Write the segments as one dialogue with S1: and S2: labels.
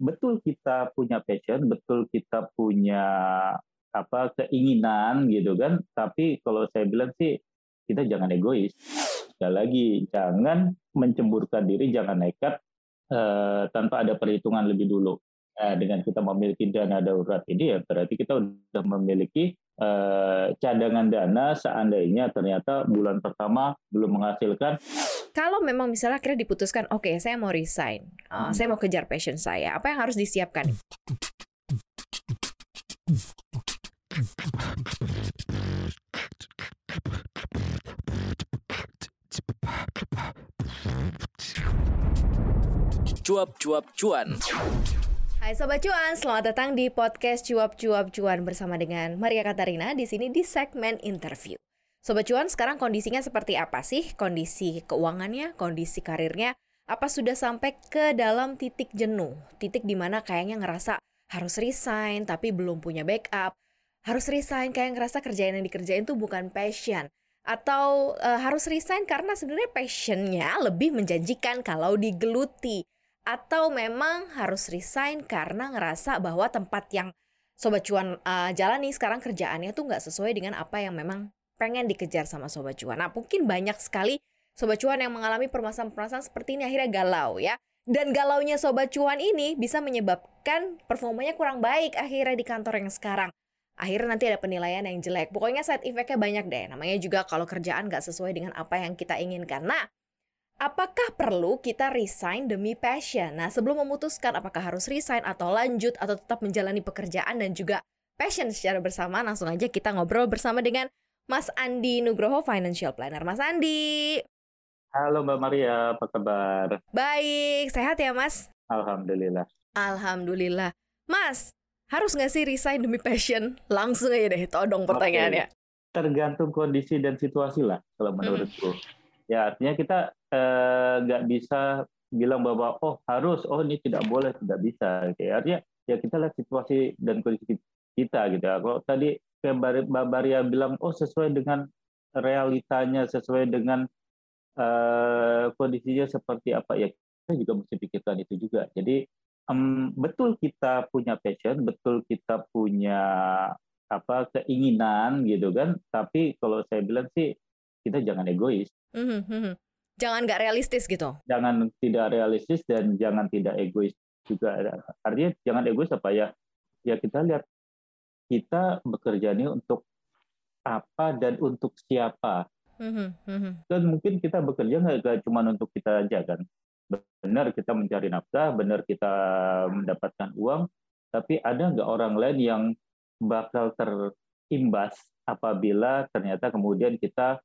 S1: betul kita punya passion, betul kita punya keinginan gitu kan. Tapi kalau saya bilang sih kita jangan egois. Sekali lagi, jangan mencemburkan diri, jangan nekat tanpa ada perhitungan lebih dulu. Dengan kita memiliki dana darurat ini ya berarti kita sudah memiliki cadangan dana seandainya ternyata bulan pertama belum menghasilkan.
S2: Kalau memang misalnya akhirnya diputuskan, oke, saya mau resign, saya mau kejar passion saya, apa yang harus disiapkan?
S3: Cuap-cuap cuan.
S2: Hai Sobat Cuan, selamat datang di podcast Cuap-cuap cuan bersama dengan Maria Katarina di sini di segmen interview. Sobat Cuan, sekarang kondisinya seperti apa sih? Kondisi keuangannya, kondisi karirnya, apa sudah sampai ke dalam titik jenuh? Titik dimana kayaknya ngerasa harus resign tapi belum punya backup. Harus resign kayak ngerasa kerjaan yang dikerjain tuh bukan passion. Atau harus resign karena sebenarnya passionnya lebih menjanjikan kalau digeluti. Atau memang harus resign karena ngerasa bahwa tempat yang Sobat Cuan jalani sekarang kerjaannya tuh nggak sesuai dengan apa yang memang pengen dikejar sama Sobat Cuan. Nah, mungkin banyak sekali Sobat Cuan yang mengalami permasalahan-permasalahan seperti ini akhirnya galau ya. Dan galaunya Sobat Cuan ini bisa menyebabkan performanya kurang baik akhirnya di kantor yang sekarang. Akhirnya nanti ada penilaian yang jelek. Pokoknya side effect-nya banyak deh. Namanya juga kalau kerjaan nggak sesuai dengan apa yang kita inginkan. Nah, apakah perlu kita resign demi passion? Nah, sebelum memutuskan apakah harus resign atau lanjut atau tetap menjalani pekerjaan dan juga passion secara bersama, langsung aja kita ngobrol bersama dengan Mas Andi Nugroho, Financial Planner. Mas Andi.
S1: Halo Mbak Maria, apa kabar?
S2: Baik, sehat ya Mas?
S1: Alhamdulillah.
S2: Alhamdulillah. Mas, harus nggak sih resign demi passion? Langsung aja deh, todong pertanyaannya.
S1: Tergantung kondisi dan situasi lah kalau menurutku. Ya artinya kita nggak bisa bilang bahwa ini tidak boleh, tidak bisa. Artinya ya kita lihat situasi dan kondisi kita gitu. Kalau tadi Mbak Maria bilang sesuai dengan realitanya, sesuai dengan kondisinya seperti apa ya, kita juga mesti pikirkan itu juga. Jadi betul kita punya passion, betul kita punya keinginan gitu kan. Tapi kalau saya bilang sih kita jangan egois.
S2: Jangan nggak realistis gitu.
S1: Jangan tidak realistis dan jangan tidak egois juga. Artinya jangan egois apa ya? Ya kita lihat kita bekerja ini untuk apa dan untuk siapa. Dan mungkin kita bekerja nggak cuma untuk kita aja kan. Benar kita mencari nafkah, benar kita mendapatkan uang, tapi ada nggak orang lain yang bakal terimbas apabila ternyata kemudian kita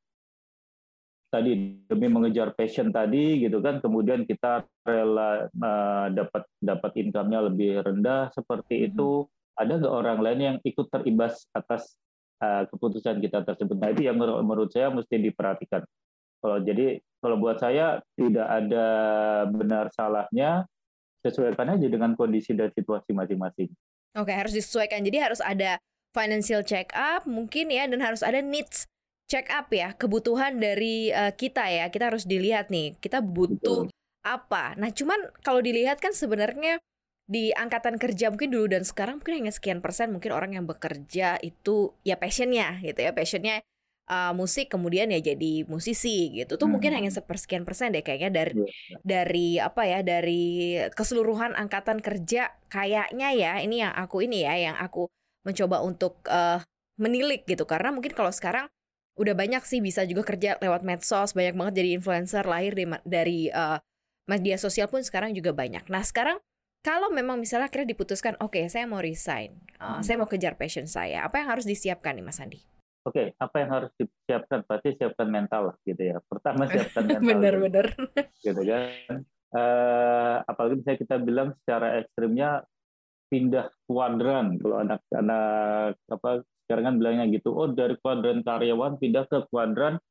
S1: tadi demi mengejar passion tadi gitu kan, kemudian kita rela dapat income-nya lebih rendah seperti itu. Ada nggak orang lain yang ikut terimbas atas keputusan kita tersebut? Nah itu yang menurut saya mesti diperhatikan. Kalau buat saya tidak ada benar salahnya, sesuaikan aja dengan kondisi dan situasi masing-masing.
S2: Oke, harus disesuaikan. Jadi harus ada financial check up mungkin ya, dan harus ada needs check up ya, kebutuhan dari kita ya. Kita harus dilihat nih, kita butuh apa. Nah, cuman kalau dilihat kan sebenarnya di angkatan kerja mungkin dulu dan sekarang mungkin hanya sekian persen mungkin orang yang bekerja itu ya passionnya gitu ya, passionnya musik kemudian ya jadi musisi gitu tuh mungkin hanya sepersekian persen deh kayaknya dari keseluruhan angkatan kerja kayaknya ya. Ini yang aku mencoba untuk menilik gitu, karena mungkin kalau sekarang udah banyak sih bisa juga kerja lewat medsos, banyak banget jadi influencer lahir dari media sosial pun sekarang juga banyak. Nah sekarang kalau memang misalnya akhirnya diputuskan, oke, saya mau resign, saya mau kejar passion saya, apa yang harus disiapkan nih Mas Andi?
S1: Oke, apa yang harus disiapkan? Pasti siapkan mental lah gitu ya. Pertama siapkan mental.
S2: Bener-bener.
S1: Gitu kan. Apalagi misalnya kita bilang secara ekstrimnya pindah kuadran. Kalau anak-anak sekarang kan bilangnya gitu. Dari kuadran karyawan pindah ke kuadran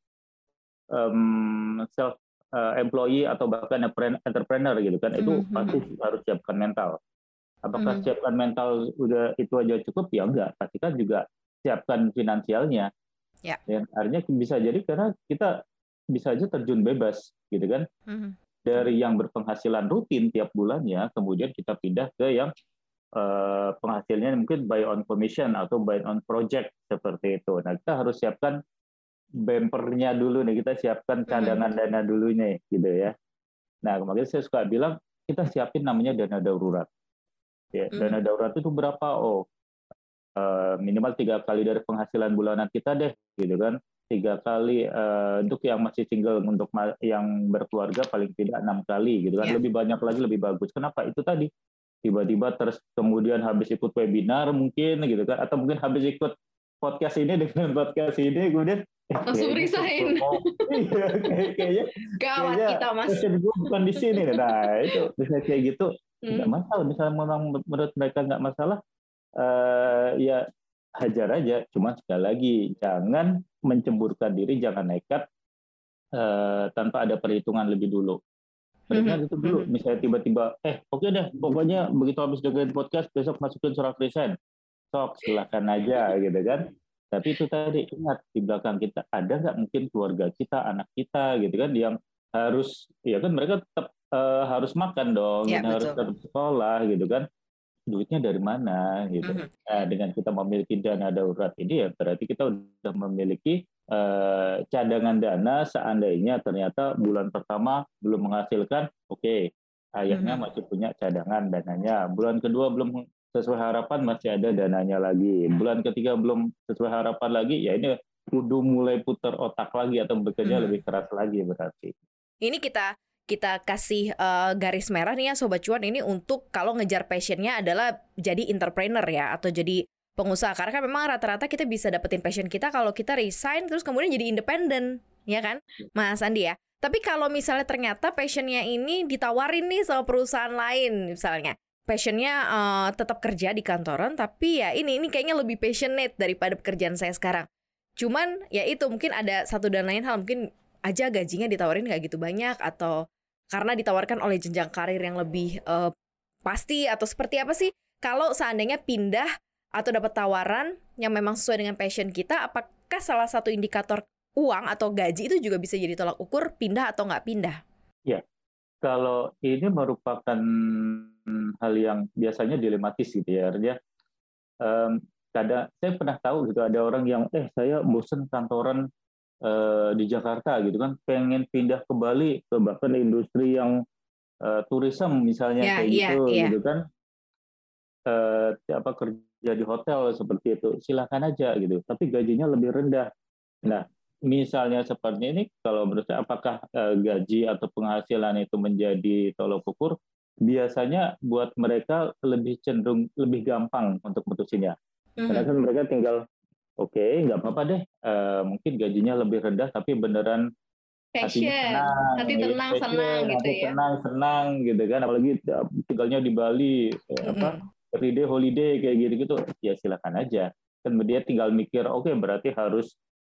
S1: self employee atau bahkan entrepreneur gitu kan. Itu pasti harus siapkan mental. Apakah siapkan mental udah itu aja cukup? Ya enggak. Pastikan juga siapkan finansialnya. Ya. Artinya bisa jadi karena kita bisa aja terjun bebas gitu kan. dari yang berpenghasilan rutin tiap bulannya, kemudian kita pindah ke yang penghasilnya mungkin buy on commission atau buy on project seperti itu. Nah, kita harus siapkan bumpernya dulu nih, kita siapkan cadangan dana dulu nih, gitu ya. Nah, kemarin saya suka bilang kita siapin namanya dana darurat. Ya, dana darurat itu berapa? Oh, minimal 3 kali dari penghasilan bulanan kita deh, gitu kan. 3 kali untuk yang masih single, untuk yang berkeluarga paling tidak 6 kali, gitu kan.
S2: Yeah.
S1: Lebih banyak lagi lebih bagus. Kenapa? Itu tadi tiba-tiba terus kemudian habis ikut webinar mungkin, gitu kan, atau mungkin habis ikut podcast ini dengan podcast ini kemudian
S2: langsung resign.
S1: Kayaknya
S2: gawat kita, Mas.
S1: Gue bukan di sini. Nah, itu bisa kayak gitu. Nggak masalah. Misalnya menurut mereka nggak masalah, ya hajar aja. Cuma sekali lagi, jangan mencemburkan diri, jangan nekat tanpa ada perhitungan lebih dulu. Perhitungan itu dulu. Misalnya tiba-tiba, oke deh, pokoknya begitu habis dengerin podcast, besok masukin surat resign. Sok, silakan aja, gitu kan. Tapi itu tadi, ingat, di belakang kita ada nggak mungkin keluarga kita, anak kita, gitu kan, yang harus, ya kan mereka tetap harus makan dong,
S2: Ya,
S1: harus tetap sekolah, gitu kan. Duitnya dari mana, gitu. Nah, dengan kita memiliki dana darurat ini, ya berarti kita udah memiliki cadangan dana seandainya ternyata bulan pertama belum menghasilkan, oke, ayahnya masih punya cadangan dananya. Bulan kedua belum sesuai harapan, masih ada dananya lagi. Bulan ketiga belum sesuai harapan lagi, ya ini kudu mulai putar otak lagi atau bekerja lebih keras lagi berarti.
S2: Ini kita kasih garis merah nih ya Sobat Cuan, ini untuk kalau ngejar passionnya adalah jadi entrepreneur ya, atau jadi pengusaha. Karena kan memang rata-rata kita bisa dapetin passion kita kalau kita resign terus kemudian jadi independen, ya kan Mas Andi ya. Tapi kalau misalnya ternyata passionnya ini ditawarin nih sama perusahaan lain, misalnya passionnya tetap kerja di kantoran, tapi ya ini kayaknya lebih passionate daripada pekerjaan saya sekarang. Cuman ya itu mungkin ada satu dan lain hal, mungkin aja gajinya ditawarin nggak gitu banyak, atau karena ditawarkan oleh jenjang karir yang lebih pasti, atau seperti apa sih? Kalau seandainya pindah atau dapat tawaran yang memang sesuai dengan passion kita, apakah salah satu indikator uang atau gaji itu juga bisa jadi tolak ukur pindah atau nggak pindah?
S1: Ya, kalau ini merupakan hal yang biasanya dilematis gitu ya, artinya kadang saya pernah tahu gitu ada orang yang saya bosen kantoran di Jakarta gitu kan, pengen pindah ke Bali, ke bahkan industri yang tourism misalnya gitu kan, kerja di hotel seperti itu, silakan aja gitu, tapi gajinya lebih rendah. Nah, misalnya seperti ini, kalau menurut saya apakah gaji atau penghasilan itu menjadi tolok ukur? Biasanya buat mereka lebih cenderung lebih gampang untuk mutusinnya. Karena kan mereka tinggal oke, nggak apa-apa deh, mungkin gajinya lebih rendah tapi beneran hati tenang, senang gitu kan, apalagi tinggalnya di Bali, everyday holiday kayak gitu-gitu, ya silakan aja. Kan dia tinggal mikir, oke, berarti harus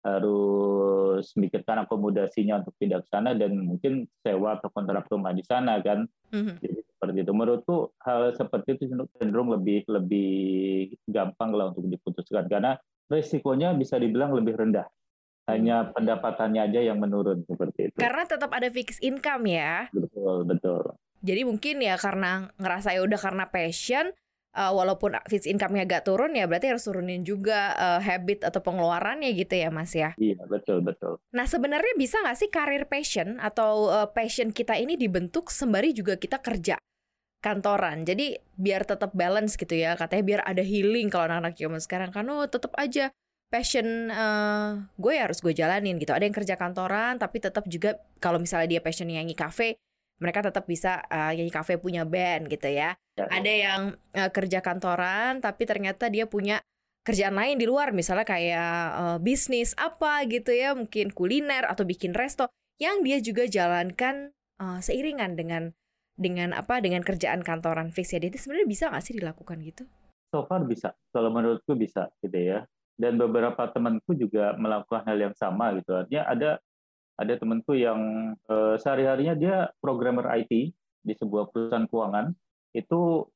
S1: mikirkan akomodasinya untuk pindah ke sana dan mungkin sewa atau kontrak rumah di sana kan. Jadi seperti itu. Menurutku hal seperti itu cenderung lebih gampang lah untuk diputuskan karena risikonya bisa dibilang lebih rendah. Hanya pendapatannya aja yang menurun seperti itu.
S2: Karena tetap ada fixed income ya.
S1: Betul.
S2: Jadi mungkin ya karena ngerasa ya udah karena passion, walaupun fixed income-nya agak turun ya berarti harus turunin juga habit atau pengeluarannya gitu ya Mas ya.
S1: Iya, betul.
S2: Nah sebenarnya bisa nggak sih karir passion atau passion kita ini dibentuk sembari juga kita kerja kantoran? Jadi biar tetap balance gitu ya, katanya biar ada healing kalau anak-anak zaman sekarang kan, tetap aja passion gue harus gue jalanin gitu. Ada yang kerja kantoran tapi tetap juga kalau misalnya dia passion nyanyi kafe, mereka tetap bisa nyanyi kafe punya band gitu ya. Ada yang kerja kantoran tapi ternyata dia punya kerjaan lain di luar, misalnya kayak bisnis apa gitu ya, mungkin kuliner atau bikin resto yang dia juga jalankan seiringan dengan kerjaan kantoran fix ya. Jadi sebenarnya bisa nggak sih dilakukan gitu?
S1: So far bisa, kalau menurutku bisa gitu ya. Dan beberapa temanku juga melakukan hal yang sama gitu. Artinya ada temanku yang sehari-harinya dia programmer IT di sebuah perusahaan keuangan. Itu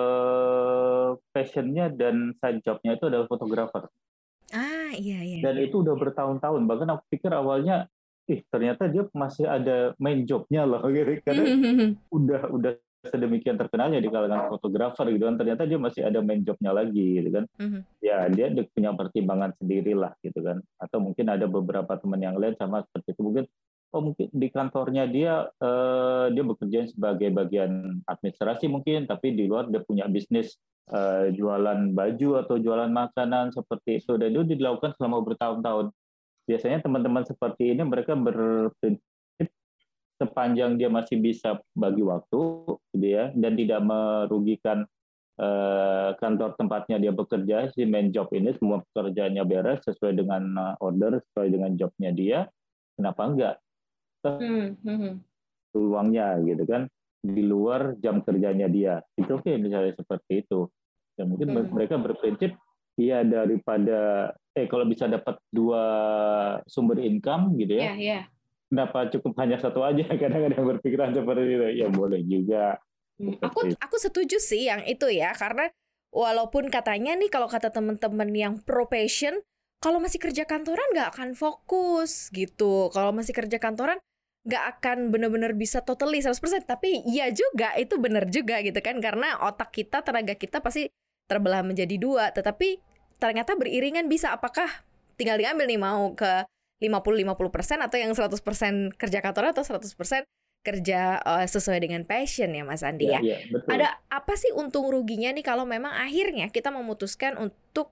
S1: passionnya dan side jobnya itu adalah fotografer.
S2: Iya.
S1: Dan itu udah bertahun-tahun. Bahkan aku pikir awalnya ternyata dia masih ada main jobnya loh gitu. Karena udah sedemikian terkenalnya di kalangan fotografer gitu kan, ternyata dia masih ada main jobnya lagi gitu kan. Ya dia punya pertimbangan sendiri lah gitu kan, atau mungkin ada beberapa teman yang lain sama seperti itu, mungkin mungkin di kantornya dia bekerja sebagai bagian administrasi mungkin, tapi di luar dia punya bisnis jualan baju atau jualan makanan seperti itu, dan itu dilakukan selama bertahun-tahun. Biasanya teman-teman seperti ini mereka berprinsip sepanjang dia masih bisa bagi waktu gitu ya, dan tidak merugikan kantor tempatnya dia bekerja, si main job ini semua pekerjaannya beres sesuai dengan order, sesuai dengan jobnya dia, kenapa enggak peluangnya gitu kan, di luar jam kerjanya dia, itu oke misalnya seperti itu. Dan mungkin mereka berprinsip ya daripada kalau bisa dapat dua sumber income gitu ya, kenapa cukup hanya satu aja. Kadang-kadang berpikiran seperti itu, ya boleh juga.
S2: Aku setuju sih yang itu ya, karena walaupun katanya nih kalau kata teman-teman yang pro passion, kalau masih kerja kantoran nggak akan fokus gitu. Kalau masih kerja kantoran nggak akan benar-benar bisa totally 100%. Tapi iya juga, itu benar juga gitu kan. Karena otak kita, tenaga kita pasti terbelah menjadi dua. Tetapi ternyata beriringan bisa. Apakah tinggal diambil nih mau ke 50-50% atau yang 100% kerja kantoran atau 100% kerja sesuai dengan passion ya Mas Andi ya.
S1: Betul.
S2: Ada apa sih untung ruginya nih kalau memang akhirnya kita memutuskan untuk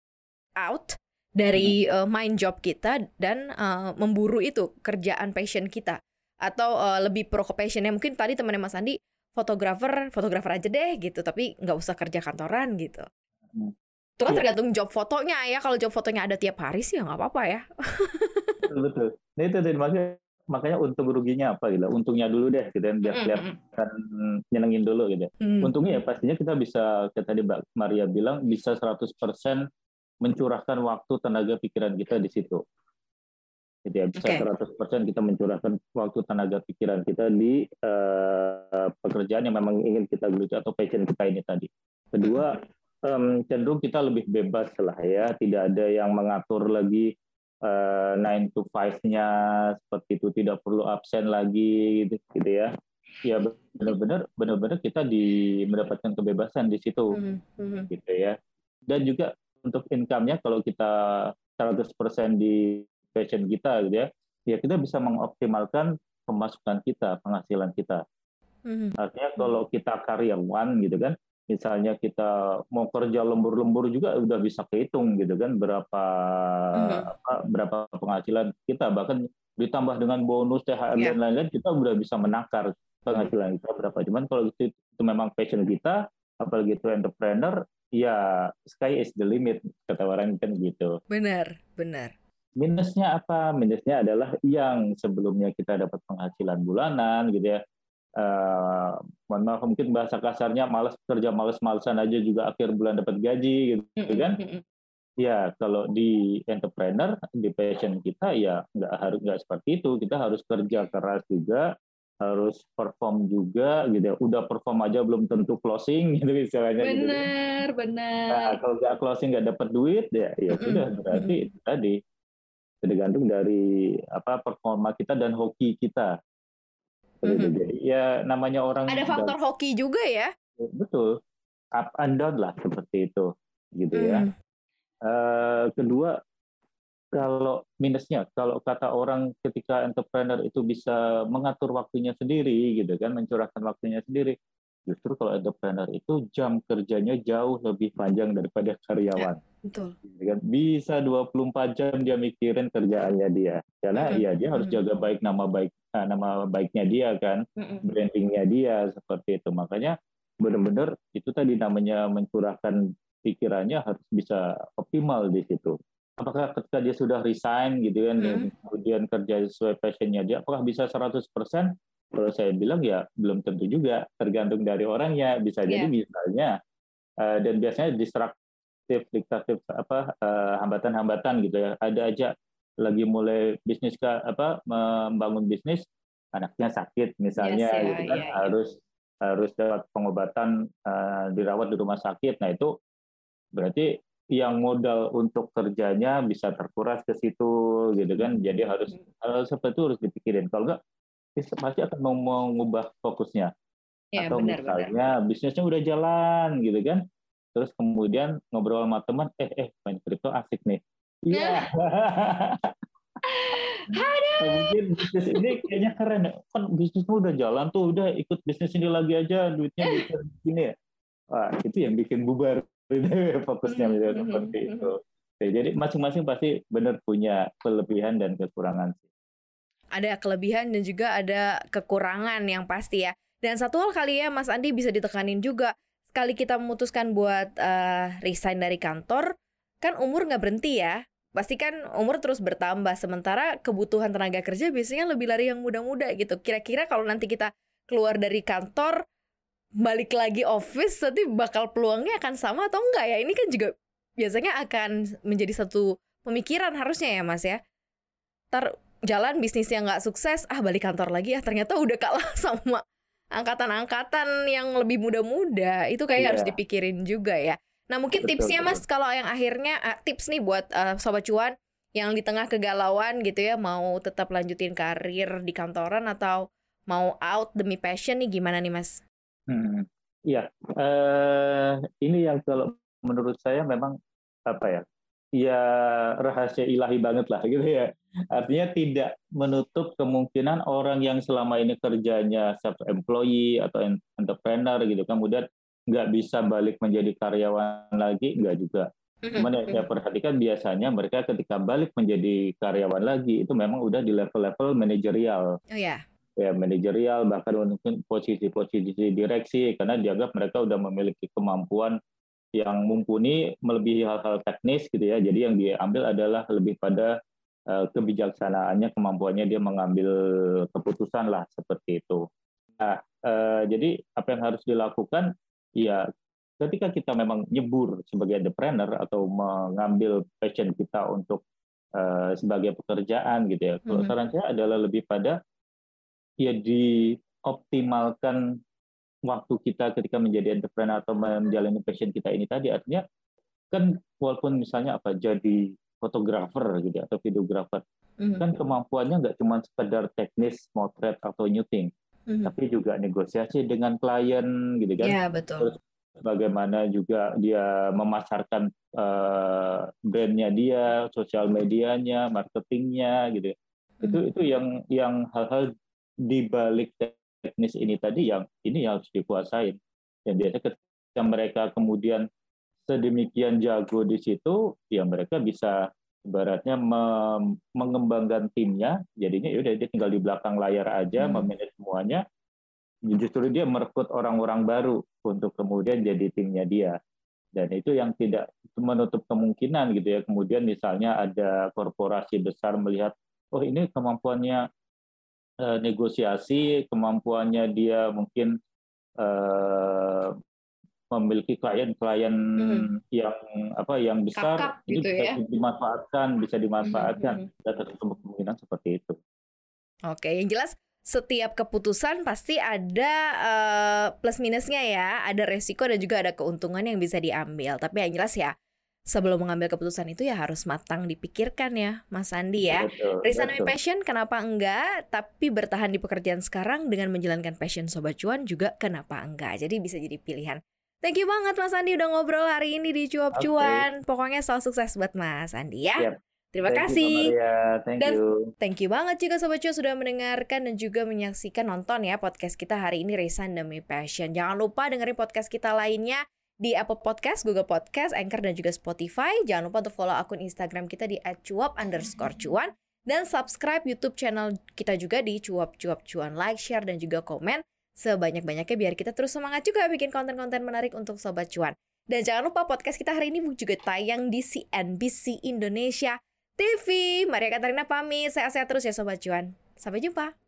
S2: out dari main job kita dan memburu itu kerjaan passion kita, atau lebih pro ke passionnya? Mungkin tadi temannya Mas Andi fotografer aja deh gitu, tapi nggak usah kerja kantoran gitu. Itu kan tergantung job fotonya ya. Kalau job fotonya ada tiap hari sih ya nggak apa-apa ya.
S1: Betul. Nah itu makanya untung ruginya apa gitu. Untungnya dulu deh gitu, biar kelihatan nyenengin dulu gitu. Untungnya ya pastinya kita bisa, kayak tadi Mbak Maria bilang, bisa 100% mencurahkan waktu, tenaga, pikiran kita di situ. Jadi ya, bisa 100% kita mencurahkan waktu, tenaga, pikiran kita di pekerjaan yang memang ingin kita geluti atau passion kita ini tadi. Kedua, cenderung kita lebih bebas lah ya, tidak ada yang mengatur lagi 9 to 5-nya seperti itu, tidak perlu absen lagi gitu ya. Ya benar-benar kita mendapatkan kebebasan di situ gitu ya. Dan juga untuk income-nya, kalau kita 100% di passion kita gitu ya kita bisa mengoptimalkan pemasukan kita, penghasilan kita. Artinya kalau kita karyawan gitu kan, misalnya kita mau kerja lembur-lembur juga udah bisa kehitung gitu kan, berapa penghasilan kita, bahkan ditambah dengan bonus, THR dan lain-lain, kita udah bisa menakar penghasilan kita berapa. Cuman kalau itu memang passion kita, apalagi itu entrepreneur, ya sky is the limit kata orang kan gitu.
S2: Benar.
S1: Minusnya apa? Minusnya adalah yang sebelumnya kita dapat penghasilan bulanan gitu ya. Mohon maaf mungkin bahasa kasarnya, males-malesan aja juga akhir bulan dapat gaji gitu kan. Ya kalau di entrepreneur, di passion kita ya nggak seperti itu. Kita harus kerja keras juga, harus perform juga gitu ya. Udah perform aja belum tentu closing gitu istilahnya.
S2: Benar.
S1: Nah, kalau nggak closing nggak dapat duit ya sudah, berarti itu tadi tergantung dari performa kita dan hoki kita. Jadi ya namanya orang,
S2: ada faktor hoki juga ya.
S1: Betul, up and down lah seperti itu gitu ya. Kedua, kalau minusnya, kalau kata orang ketika entrepreneur itu bisa mengatur waktunya sendiri gitu kan, mencurahkan waktunya sendiri, justru kalau entrepreneur itu jam kerjanya jauh lebih panjang daripada karyawan.
S2: Betul.
S1: Bisa 24 jam dia mikirin kerjaannya dia, karena dia harus jaga baik nama baiknya dia kan, brandingnya dia seperti itu. Makanya benar-benar itu tadi namanya mencurahkan pikirannya harus bisa optimal di situ. Apakah ketika dia sudah resign gitu kan, kemudian kerja sesuai passionnya dia, apakah bisa 100%? Kalau saya bilang ya belum tentu juga, tergantung dari orangnya. Bisa jadi misalnya, dan biasanya diktatif hambatan-hambatan gitu ya. Ada aja lagi mulai bisnis membangun bisnis, anaknya sakit misalnya gitu kan, harus dapat pengobatan, dirawat di rumah sakit. Nah itu berarti yang modal untuk kerjanya bisa terkuras ke situ gitu kan. Jadi harus hal seperti itu harus dipikirin. Kalau enggak pasti akan mau mengubah fokusnya.
S2: Ya,
S1: Atau
S2: benar-benar.
S1: misalnya bisnisnya udah jalan gitu kan. Terus kemudian ngobrol sama teman, main kripto asik nih. Iya. Mungkin bisnis ini kayaknya keren ya. Kan bisnisnya udah jalan tuh, udah ikut bisnis ini lagi aja, duitnya bisa begini ya. Wah, itu yang bikin bubar fokusnya misalnya seperti itu. Oke, jadi masing-masing pasti benar punya kelebihan dan kekurangan.
S2: Ada kelebihan dan juga ada kekurangan yang pasti ya. Dan satu hal kali ya Mas Andi bisa ditekanin juga, sekali kita memutuskan buat resign dari kantor, kan umur nggak berhenti ya. Pasti kan umur terus bertambah, sementara kebutuhan tenaga kerja biasanya lebih lari yang muda-muda gitu. Kira-kira kalau nanti kita keluar dari kantor, balik lagi office, nanti bakal peluangnya akan sama atau enggak ya? Ini kan juga biasanya akan menjadi satu pemikiran harusnya ya Mas ya. Ntar jalan bisnisnya nggak sukses, balik kantor lagi ya, ternyata udah kalah sama angkatan-angkatan yang lebih muda-muda. Itu kayak harus dipikirin juga ya. Nah mungkin tipsnya Mas, kalau yang akhirnya tips nih buat Sobat Cuan yang di tengah kegalauan gitu ya, mau tetap lanjutin karir di kantoran atau mau out demi passion nih, gimana nih Mas?
S1: Iya, ini yang kalau menurut saya memang apa ya, ya rahasia ilahi banget lah gitu ya. Artinya tidak menutup kemungkinan orang yang selama ini kerjanya self-employee atau entrepreneur gitu, kemudian nggak bisa balik menjadi karyawan lagi, nggak juga. Cuman yang saya perhatikan biasanya mereka ketika balik menjadi karyawan lagi, itu memang udah di level-level manajerial.
S2: Oh ya.
S1: Ya, manajerial, bahkan mungkin posisi-posisi direksi, karena dianggap mereka udah memiliki kemampuan yang mumpuni melebihi hal-hal teknis gitu ya. Jadi yang diambil adalah lebih pada kebijaksanaannya, kemampuannya dia mengambil keputusan lah seperti itu. Nah, jadi apa yang harus dilakukan ya ketika kita memang nyebur sebagai entrepreneur atau mengambil passion kita untuk sebagai pekerjaan gitu ya. Kalau saran saya adalah lebih pada ya dioptimalkan waktu kita ketika menjadi entrepreneur atau menjalani passion kita ini tadi. Artinya kan walaupun misalnya jadi fotografer gitu atau videografer, kan kemampuannya nggak cuma sekedar teknis motret atau nyuting, tapi juga negosiasi dengan klien gitu kan.
S2: Iya, betul.
S1: Terus bagaimana juga dia memasarkan brandnya dia, sosial medianya, marketingnya gitu. Itu yang hal-hal di balik teknis ini tadi yang harus dikuasain. Dan biasanya ketika mereka kemudian sedemikian jago di situ, ya mereka bisa ibaratnya mengembangkan timnya. Jadinya ya udah dia tinggal di belakang layar aja, memanage semuanya. Justru dia merekrut orang-orang baru untuk kemudian jadi timnya dia. Dan itu yang tidak menutup kemungkinan gitu ya. Kemudian misalnya ada korporasi besar melihat, oh ini kemampuannya negosiasi, kemampuannya dia mungkin memiliki klien-klien yang besar,
S2: Kakak,
S1: ini
S2: gitu ya.
S1: bisa dimanfaatkan. Dan tertutup kemungkinan seperti itu.
S2: Oke, yang jelas setiap keputusan pasti ada plus minusnya ya, ada resiko dan juga ada keuntungan yang bisa diambil. Tapi yang jelas ya, sebelum mengambil keputusan itu ya harus matang dipikirkan ya, Mas Andi ya. Resign demi passion, kenapa enggak? Tapi bertahan di pekerjaan sekarang dengan menjalankan passion Sobat Cuan juga kenapa enggak? Jadi bisa jadi pilihan. Thank you banget Mas Andi udah ngobrol hari ini di Cuap Cuan. Pokoknya selalu sukses buat Mas Andi ya. Terima kasih. Thank you banget juga Sobat Cuan sudah mendengarkan dan juga menyaksikan, nonton ya podcast kita hari ini Resign demi Passion. Jangan lupa dengerin podcast kita lainnya di Apple Podcast, Google Podcast, Anchor, dan juga Spotify. Jangan lupa untuk follow akun Instagram kita di @cuap_cuan dan subscribe YouTube channel kita juga di Cuap Cuan. Like, share, dan juga komen sebanyak-banyaknya biar kita terus semangat juga bikin konten-konten menarik untuk Sobat Cuan. Dan jangan lupa podcast kita hari ini juga tayang di CNBC Indonesia TV. Maria Katarina pamit, sehat-sehat terus ya Sobat Cuan. Sampai jumpa.